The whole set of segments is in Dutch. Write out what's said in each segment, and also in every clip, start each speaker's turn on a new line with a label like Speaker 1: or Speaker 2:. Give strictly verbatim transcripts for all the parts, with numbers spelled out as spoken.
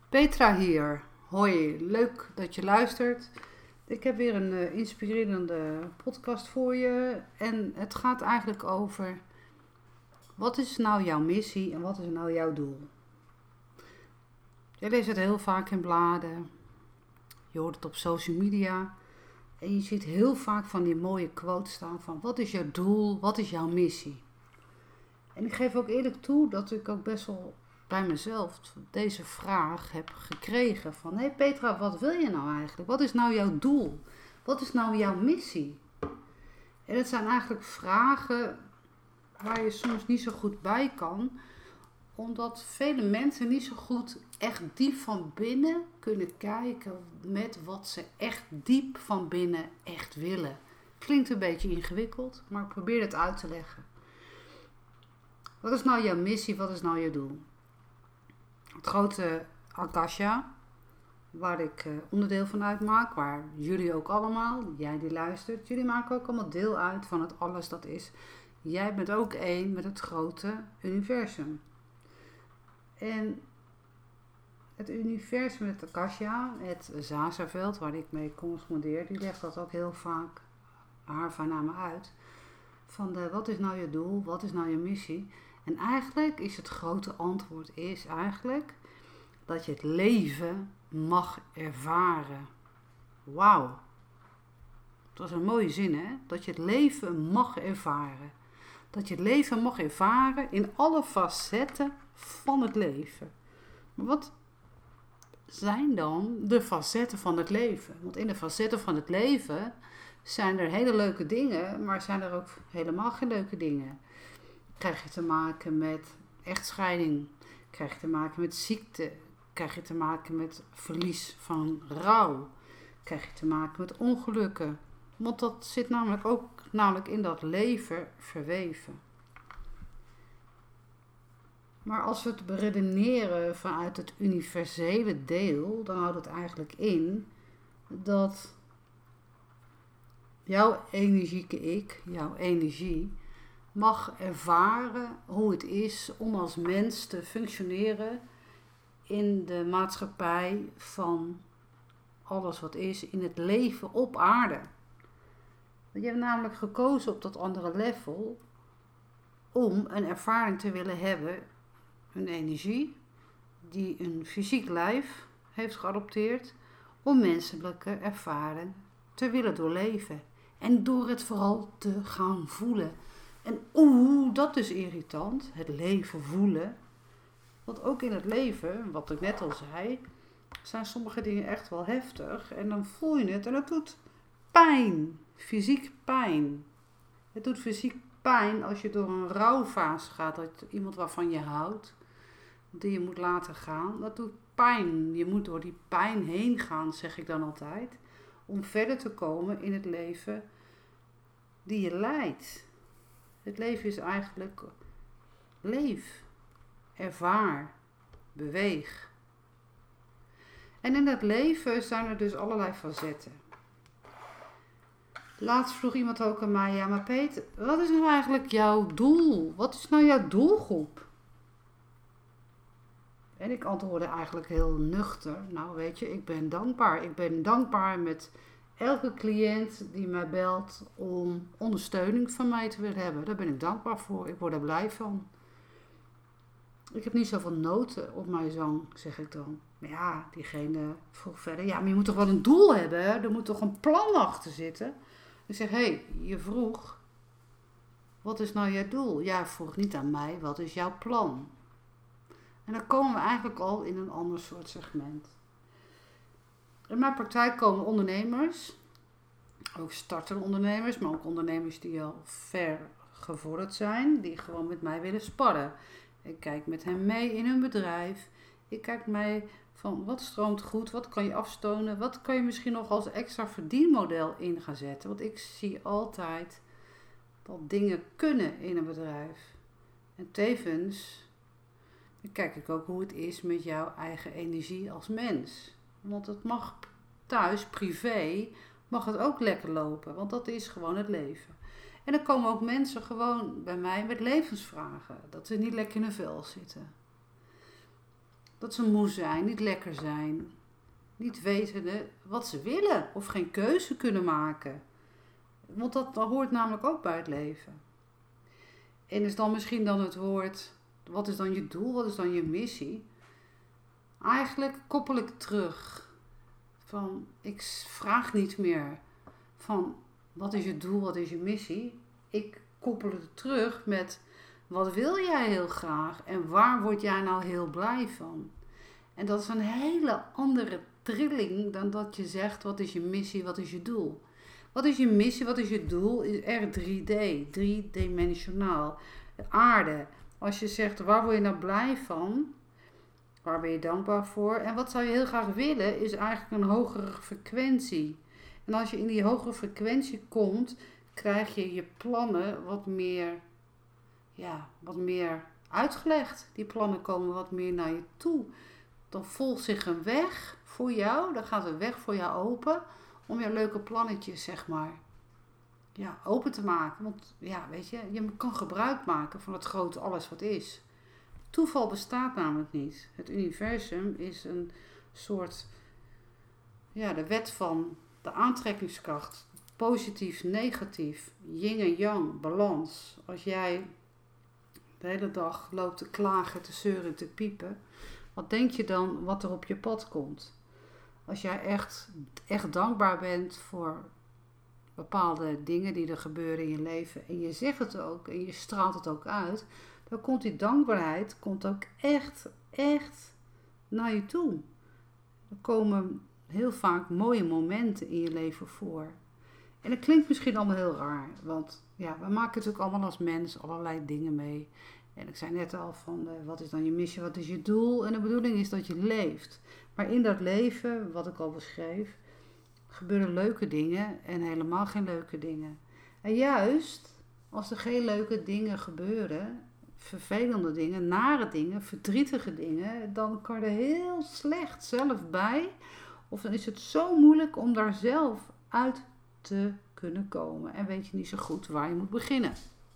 Speaker 1: Petra hier. Hoi, leuk dat je luistert. Ik heb weer een uh, inspirerende podcast voor je. En het gaat eigenlijk over: wat is nou jouw missie en wat is nou jouw doel? Je leest het heel vaak in bladen. Je hoort het op social media. En je ziet heel vaak van die mooie quotes staan van: wat is jouw doel, wat is jouw missie? En ik geef ook eerlijk toe dat ik ook best wel bij mezelf deze vraag heb gekregen van: hé hey Petra, wat wil je nou eigenlijk? Wat is nou jouw doel? Wat is nou jouw missie? En het zijn eigenlijk vragen waar je soms niet zo goed bij kan, omdat vele mensen niet zo goed echt diep van binnen kunnen kijken met wat ze echt diep van binnen echt willen. Klinkt een beetje ingewikkeld, maar ik probeer het uit te leggen. Wat is nou jouw missie? Wat is nou je doel? Het grote Akasha, waar ik uh, onderdeel van uitmaak, waar jullie ook allemaal, jij die luistert, jullie maken ook allemaal deel uit van het alles dat is. Jij bent ook één met het grote universum. En het universum, het Akasha, het Zazaveld, waar ik mee correspondeer, die legt dat ook heel vaak haar van naar me uit. Van de, wat is nou je doel? Wat is nou je missie? En eigenlijk is het grote antwoord is eigenlijk dat je het leven mag ervaren. Wauw. Dat is een mooie zin, hè? Dat je het leven mag ervaren. Dat je het leven mag ervaren in alle facetten van het leven. Maar wat zijn dan de facetten van het leven? Want in de facetten van het leven zijn er hele leuke dingen, maar zijn er ook helemaal geen leuke dingen. Krijg je te maken met echtscheiding, krijg je te maken met ziekte, krijg je te maken met verlies van rouw, krijg je te maken met ongelukken. Want dat zit namelijk ook namelijk in dat leven verweven. Maar als we het beredeneren vanuit het universele deel, dan houdt het eigenlijk in dat jouw energieke ik, jouw energie, mag ervaren hoe het is om als mens te functioneren in de maatschappij van alles wat is, in het leven op aarde. Je hebt namelijk gekozen op dat andere level om een ervaring te willen hebben, een energie die een fysiek lijf heeft geadopteerd om menselijke ervaring te willen doorleven. En door het vooral te gaan voelen. En oeh, dat is irritant, het leven voelen. Want ook in het leven, wat ik net al zei, zijn sommige dingen echt wel heftig. En dan voel je het en het doet pijn, fysiek pijn. Het doet fysiek pijn als je door een rouwfase gaat, dat iemand waarvan je houdt, die je moet laten gaan. Dat doet pijn. Je moet door die pijn heen gaan, zeg ik dan altijd, om verder te komen in het leven die je leidt. Het leven is eigenlijk leef, ervaar, beweeg. En in dat leven zijn er dus allerlei facetten. Laatst vroeg iemand ook aan mij: ja, maar Peter, wat is nou eigenlijk jouw doel? Wat is nou jouw doelgroep? En ik antwoordde eigenlijk heel nuchter: nou weet je, ik ben dankbaar. Ik ben dankbaar met elke cliënt die mij belt om ondersteuning van mij te willen hebben. Daar ben ik dankbaar voor. Ik word er blij van. Ik heb niet zoveel noten op mijn zang, zeg ik dan. Maar ja, diegene vroeg verder: ja, maar je moet toch wel een doel hebben? Hè? Er moet toch een plan achter zitten? Ik zeg: hé, hey, je vroeg, wat is nou jouw doel? Ja, vroeg niet aan mij, wat is jouw plan? En dan komen we eigenlijk al in een ander soort segment. In mijn praktijk komen ondernemers, ook startende ondernemers, maar ook ondernemers die al ver gevorderd zijn, die gewoon met mij willen sparren. Ik kijk met hen mee in hun bedrijf. Ik kijk mee van wat stroomt goed, wat kan je afstonen, wat kan je misschien nog als extra verdienmodel in gaan zetten. Want ik zie altijd dat dingen kunnen in een bedrijf. En tevens kijk ik ook hoe het is met jouw eigen energie als mens. Want het mag thuis, privé, mag het ook lekker lopen. Want dat is gewoon het leven. En dan komen ook mensen gewoon bij mij met levensvragen. Dat ze niet lekker in hun vel zitten. Dat ze moe zijn, niet lekker zijn. Niet wetende wat ze willen of geen keuze kunnen maken. Want dat, dat hoort namelijk ook bij het leven. En is dan misschien dan het woord, wat is dan je doel, wat is dan je missie? Eigenlijk koppel ik terug. Van, ik vraag niet meer van, wat is je doel, wat is je missie? Ik koppel het terug met, wat wil jij heel graag en waar word jij nou heel blij van? En dat is een hele andere trilling dan dat je zegt, wat is je missie, wat is je doel? Wat is je missie, wat is je doel, is er drie D, driedimensionaal. De aarde, als je zegt, waar word je nou blij van? Waar ben je dankbaar voor? En wat zou je heel graag willen, is eigenlijk een hogere frequentie. En als je in die hogere frequentie komt, krijg je je plannen wat meer, ja, wat meer uitgelegd. Die plannen komen wat meer naar je toe. Dan volgt zich een weg voor jou, dan gaat een weg voor jou open om je leuke plannetjes, zeg maar, ja, open te maken. Want ja, weet je, je kan gebruik maken van het grote alles wat is. Toeval bestaat namelijk niet. Het universum is een soort, ja, de wet van de aantrekkingskracht. Positief, negatief, yin en yang, balans. Als jij de hele dag loopt te klagen, te zeuren, te piepen, wat denk je dan wat er op je pad komt? Als jij echt, echt dankbaar bent voor bepaalde dingen die er gebeuren in je leven en je zegt het ook en je straalt het ook uit, dan komt die dankbaarheid komt ook echt, echt naar je toe. Er komen heel vaak mooie momenten in je leven voor. En dat klinkt misschien allemaal heel raar, want ja, we maken natuurlijk allemaal als mens allerlei dingen mee. En ik zei net al van, uh, wat is dan je missie, wat is je doel? En de bedoeling is dat je leeft. Maar in dat leven, wat ik al beschreef, gebeuren leuke dingen en helemaal geen leuke dingen. En juist als er geen leuke dingen gebeuren, vervelende dingen, nare dingen, verdrietige dingen, dan kan je er heel slecht zelf bij. Of dan is het zo moeilijk om daar zelf uit te kunnen komen. En weet je niet zo goed waar je moet beginnen.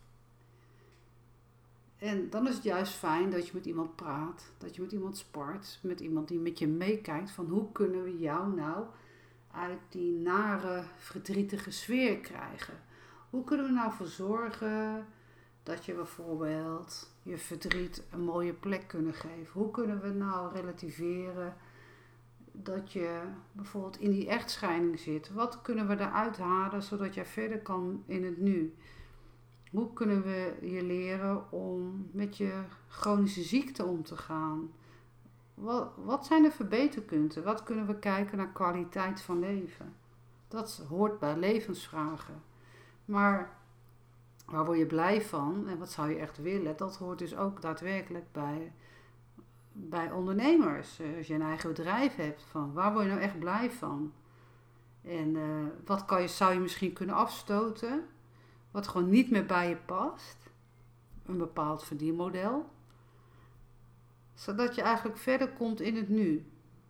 Speaker 1: En dan is het juist fijn dat je met iemand praat, dat je met iemand spart, met iemand die met je meekijkt van hoe kunnen we jou nou uit die nare, verdrietige sfeer krijgen. Hoe kunnen we nou voor zorgen dat je bijvoorbeeld je verdriet een mooie plek kunnen geven? Hoe kunnen we nou relativeren dat je bijvoorbeeld in die echtscheiding zit? Wat kunnen we eruit halen zodat jij verder kan in het nu? Hoe kunnen we je leren om met je chronische ziekte om te gaan? Wat, wat zijn de verbeterpunten? Wat kunnen we kijken naar kwaliteit van leven? Dat hoort bij levensvragen. Maar waar word je blij van en wat zou je echt willen? Dat hoort dus ook daadwerkelijk bij, bij ondernemers. Als je een eigen bedrijf hebt, van waar word je nou echt blij van? En uh, wat kan je, zou je misschien kunnen afstoten? Wat gewoon niet meer bij je past. Een bepaald verdienmodel. Zodat je eigenlijk verder komt in het nu.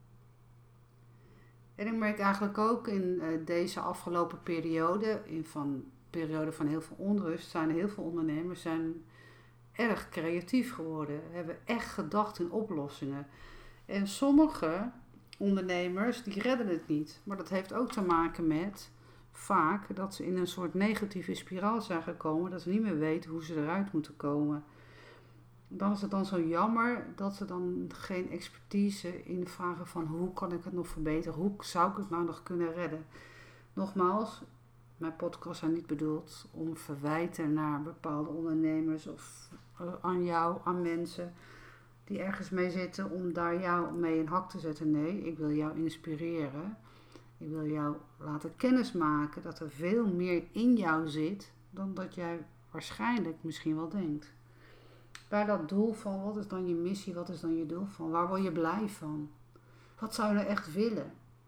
Speaker 1: En ik merk eigenlijk ook in uh, deze afgelopen periode, in van periode van heel veel onrust, zijn heel veel ondernemers zijn erg creatief geworden. Hebben echt gedacht in oplossingen. En sommige ondernemers die redden het niet. Maar dat heeft ook te maken met vaak dat ze in een soort negatieve spiraal zijn gekomen, dat ze niet meer weten hoe ze eruit moeten komen. Dan is het dan zo jammer dat ze dan geen expertise in vragen van hoe kan ik het nog verbeteren, hoe zou ik het nou nog kunnen redden. Nogmaals, mijn podcasts zijn niet bedoeld om verwijten naar bepaalde ondernemers of aan jou, aan mensen die ergens mee zitten om daar jou mee in hak te zetten. Nee, ik wil jou inspireren. Ik wil jou laten kennismaken dat er veel meer in jou zit dan dat jij waarschijnlijk misschien wel denkt. Bij dat doel van wat is dan je missie, wat is dan je doel van, waar word je blij van? Wat zou je nou echt willen?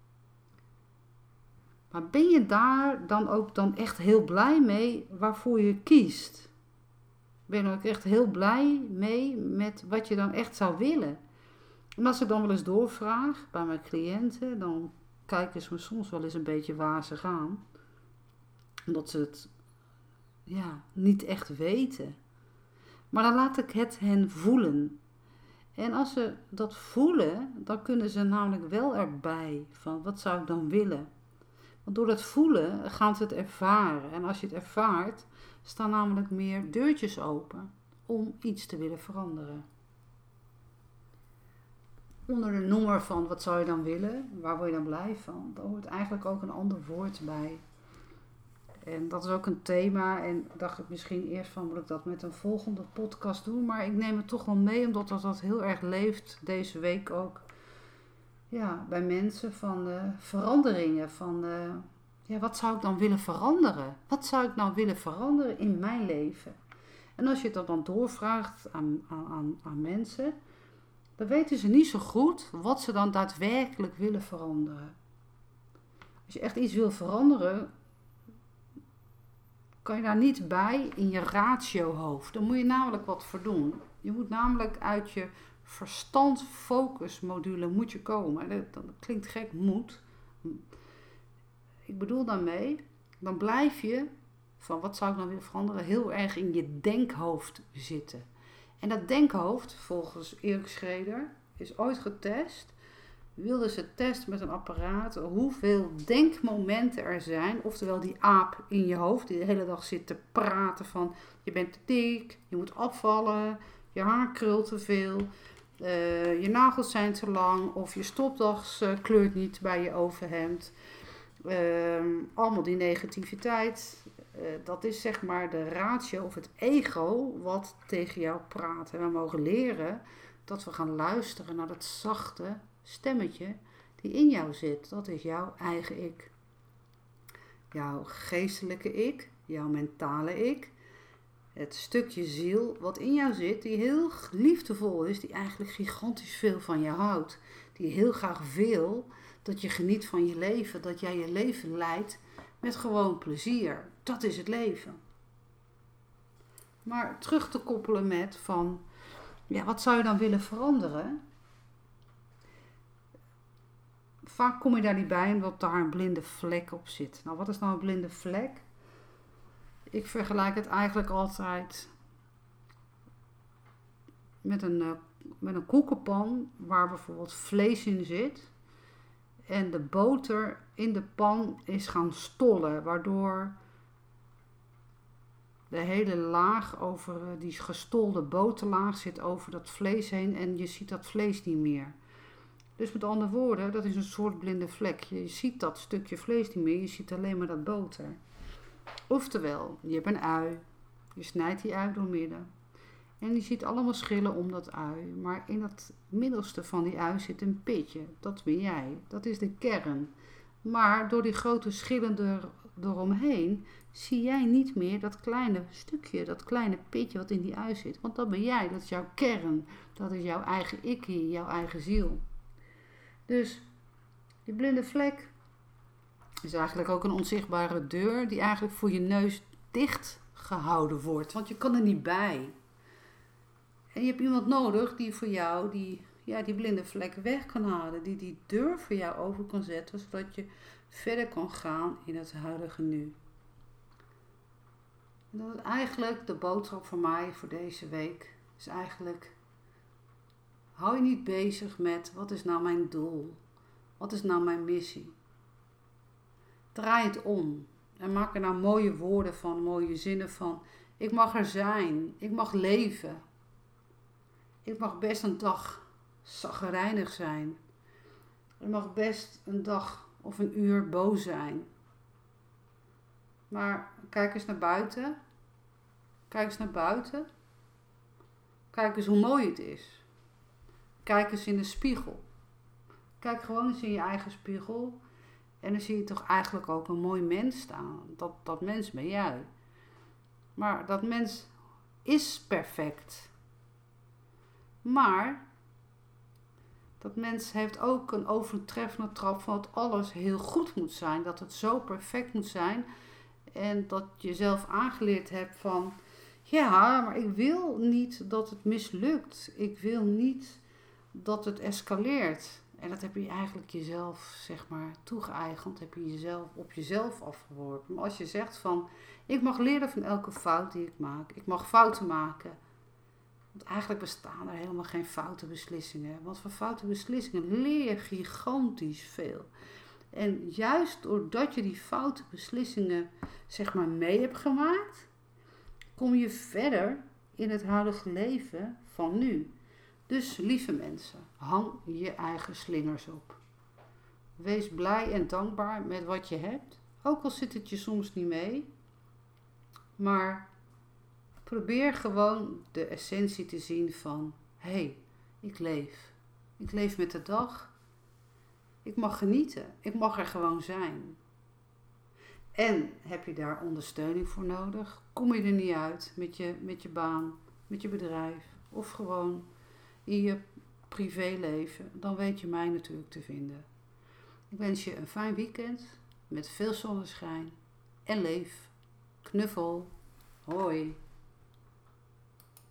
Speaker 1: Maar ben je daar dan ook dan echt heel blij mee waarvoor je kiest? Ben je dan ook echt heel blij mee met wat je dan echt zou willen? En als ik dan wel eens doorvraag bij mijn cliënten, dan kijken ze me soms wel eens een beetje wazig aan. Omdat ze het ja, niet echt weten. Maar dan laat ik het hen voelen. En als ze dat voelen, dan kunnen ze namelijk wel erbij van wat zou ik dan willen. Want door dat voelen gaan ze het ervaren. En als je het ervaart, staan namelijk meer deurtjes open om iets te willen veranderen. Onder de noemer van wat zou je dan willen, waar word je dan blij van, daar hoort eigenlijk ook een ander woord bij. En dat is ook een thema en dacht ik misschien eerst van moet ik dat met een volgende podcast doen. Maar ik neem het toch wel mee omdat dat, dat heel erg leeft deze week ook. Ja, bij mensen van uh, veranderingen. Van uh, ja, wat zou ik dan willen veranderen? Wat zou ik nou willen veranderen in mijn leven? En als je dat dan doorvraagt aan, aan, aan mensen, dan weten ze niet zo goed wat ze dan daadwerkelijk willen veranderen. Als je echt iets wil veranderen, kan je daar niet bij in je ratio-hoofd. Daar moet je namelijk wat voor doen. Je moet namelijk uit je verstand-focus-module moet je komen. Dat, dat klinkt gek, moet. Ik bedoel daarmee, dan blijf je van wat zou ik nou willen veranderen, heel erg in je denkhoofd zitten. En dat denkhoofd, volgens Erik Schreder, is ooit getest. Wilden ze testen met een apparaat hoeveel denkmomenten er zijn. Oftewel die aap in je hoofd die de hele dag zit te praten van je bent te dik, je moet afvallen, je haar krult te veel, uh, je nagels zijn te lang of je stopdas uh, kleurt niet bij je overhemd. Uh, allemaal die negativiteit. Uh, dat is zeg maar de ratio of het ego wat tegen jou praat. En we mogen leren dat we gaan luisteren naar dat zachte stemmetje die in jou zit. Dat is jouw eigen ik. Jouw geestelijke ik, jouw mentale ik. Het stukje ziel wat in jou zit, die heel liefdevol is, die eigenlijk gigantisch veel van je houdt. Die heel graag wil dat je geniet van je leven, dat jij je leven leidt met gewoon plezier. Dat is het leven. Maar terug te koppelen met van, ja, wat zou je dan willen veranderen? Vaak kom je daar niet bij omdat daar een blinde vlek op zit. Nou, wat is nou een blinde vlek? Ik vergelijk het eigenlijk altijd met een, uh, met een koekenpan waar bijvoorbeeld vlees in zit. En de boter in de pan is gaan stollen, waardoor de hele laag over uh, die gestolde boterlaag zit over dat vlees heen en je ziet dat vlees niet meer. Dus met andere woorden, dat is een soort blinde vlek. Je ziet dat stukje vlees niet meer, je ziet alleen maar dat boter. Oftewel, je hebt een ui, je snijdt die ui doormidden. En je ziet allemaal schillen om dat ui. Maar in het middelste van die ui zit een pitje. Dat ben jij. Dat is de kern. Maar door die grote schillen er, eromheen zie jij niet meer dat kleine stukje, dat kleine pitje wat in die ui zit. Want dat ben jij. Dat is jouw kern. Dat is jouw eigen ikkie, jouw eigen ziel. Dus die blinde vlek is eigenlijk ook een onzichtbare deur die eigenlijk voor je neus dicht gehouden wordt. Want je kan er niet bij. En je hebt iemand nodig die voor jou die, ja, die blinde vlek weg kan halen. Die die deur voor jou open kan zetten. Zodat je verder kan gaan in het huidige nu. En dat is eigenlijk de boodschap van mij voor deze week. Is eigenlijk, hou je niet bezig met wat is nou mijn doel? Wat is nou mijn missie? Draai het om. En maak er nou mooie woorden van, mooie zinnen van. Ik mag er zijn. Ik mag leven. Ik mag best een dag chagrijnig zijn. Ik mag best een dag of een uur boos zijn. Maar kijk eens naar buiten. Kijk eens naar buiten. Kijk eens hoe mooi het is. Kijk eens in de spiegel. Kijk gewoon eens in je eigen spiegel. En dan zie je toch eigenlijk ook een mooi mens staan. Dat, dat mens ben jij. Maar dat mens is perfect. Maar dat mens heeft ook een overtreffende trap van dat alles heel goed moet zijn. Dat het zo perfect moet zijn. En dat je zelf aangeleerd hebt van, ja, maar ik wil niet dat het mislukt. Ik wil niet dat het escaleert. En dat heb je eigenlijk jezelf, zeg maar, toegeëigend. Heb je jezelf op jezelf afgeworpen. Maar als je zegt van, ik mag leren van elke fout die ik maak. Ik mag fouten maken. Want eigenlijk bestaan er helemaal geen foute beslissingen. Want van foute beslissingen leer je gigantisch veel. En juist doordat je die foute beslissingen zeg maar mee hebt gemaakt, kom je verder in het huidige leven van nu. Dus lieve mensen, hang je eigen slingers op. Wees blij en dankbaar met wat je hebt. Ook al zit het je soms niet mee. Maar probeer gewoon de essentie te zien van, hé, hey, ik leef. Ik leef met de dag. Ik mag genieten. Ik mag er gewoon zijn. En heb je daar ondersteuning voor nodig? Kom je er niet uit met je, met je baan, met je bedrijf of gewoon in je privéleven? Dan weet je mij natuurlijk te vinden. Ik wens je een fijn weekend met veel zonneschijn en leef. Knuffel. Hoi.